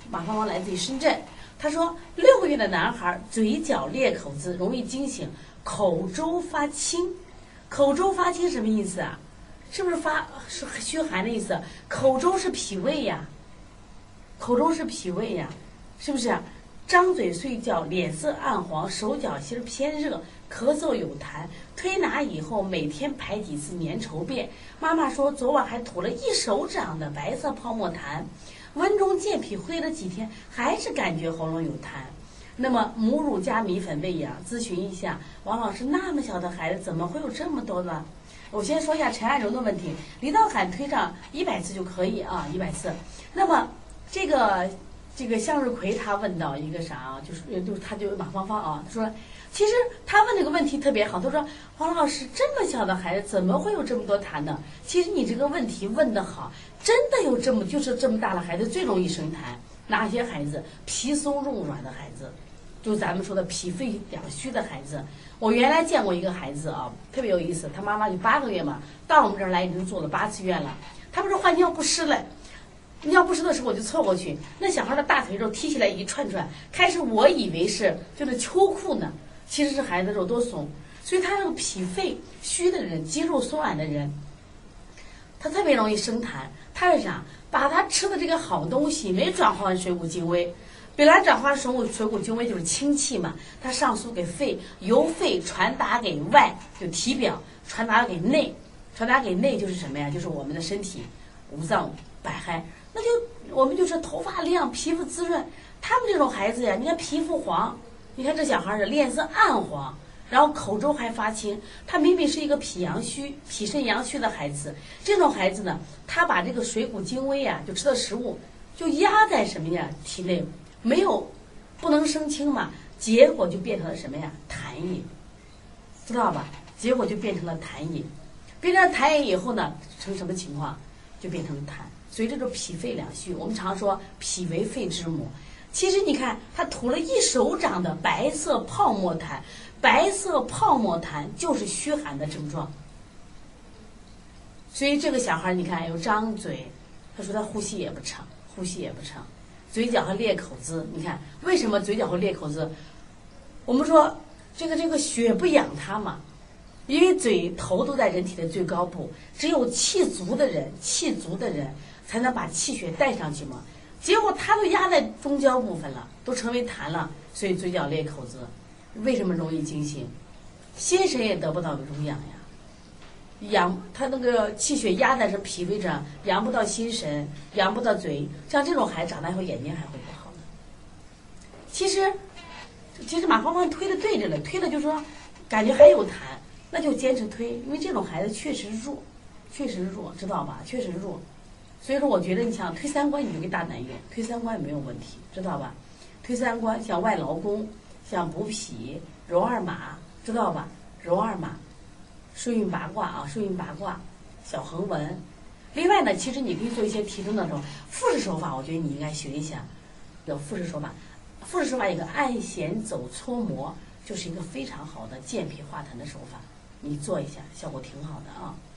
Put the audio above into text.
马芳芳来自于深圳，她说6个月的男孩嘴角裂口子，容易惊醒，口周发青。口周发青什么意思啊？是不是是虚寒的意思？口周是脾胃呀，口周是脾胃呀，是不是？张嘴睡觉，脸色暗黄，手脚心偏热，咳嗽有痰，推拿以后每天排几次粘稠便。妈妈说昨晚还吐了1手掌的白色泡沫痰，温中健脾挥了几天，还是感觉喉咙有痰。那么母乳加米粉喂养，咨询一下，王老师，那么小的孩子怎么会有这么多呢？我先说一下陈爱荣的问题，离道坎推上100次就可以啊，100次。那么这个向日葵他问到一个啥啊，就是他就马芳芳啊，他说其实他问这个问题特别好，他说黄老师，这么小的孩子怎么会有这么多痰呢？其实你这个问题问得好，真的有就是这么大的孩子最容易生痰。哪些孩子？皮松肉软的孩子，就是咱们说的脾肺两虚的孩子。我原来见过一个孩子啊，特别有意思，他妈妈就8个月嘛，到我们这儿来已经做了8次院了。他不是换尿不湿了，尿不湿的时候我就凑过去，那小孩的大腿肉提起来一串串，开始我以为是就是秋裤呢，其实是孩子肉多松，所以他这个脾肺虚的人，肌肉松软的人，他特别容易生痰。他是啥？把他吃的这个好东西没转化为水谷精微。本来转化水谷精微就是清气嘛，它上输给肺，由肺传达给外，就体表传达给内，传达给内就是什么呀？就是我们的身体五脏百骸。那就我们就是头发亮，皮肤滋润。他们这种孩子呀，你看皮肤黄，你看这小孩的脸色暗黄，然后口周还发青，他明明是一个脾阳虚、脾肾阳虚的孩子。这种孩子呢，他把这个水谷精微呀，就吃的食物就压在什么呀？体内。没有，不能生清嘛，结果就变成了什么呀？痰饮，知道吧？结果就变成了痰饮，变成了痰饮以后呢，成什么情况？就变成了痰。所以这种脾肺两虚，我们常说脾为肺之母。其实你看，他吐了1手掌的白色泡沫痰，白色泡沫痰就是虚寒的症状。所以这个小孩你看有张嘴，他说他呼吸也不畅，呼吸也不畅。嘴角和裂口子，你看为什么嘴角和裂口子？我们说这个血不养它嘛，因为嘴头都在人体的最高部，只有气足的人才能把气血带上去嘛。结果它都压在中焦部分了，都成为痰了，所以嘴角裂口子。为什么容易惊醒？心神也得不到荣养呀。他那个气血压在这脾胃上，养不到心神，养不到嘴，像这种孩子长大以后眼睛还会不好呢。其实马芳芳推的对着了，推的就说感觉还有痰，那就坚持推，因为这种孩子确实弱，知道吧？确实弱。所以说我觉得你想推3关你就给大胆用，推3关也没有问题，知道吧？推3关像外劳宫，像补脾、揉二马，知道吧？揉二马。顺运八卦啊，顺运八卦，小横纹。另外呢，其实你可以做一些提升的时候，复式手法，我觉得你应该学一下。有复式手法，复式手法一个按弦走搓摩，就是一个非常好的健脾化痰的手法，你做一下，效果挺好的啊。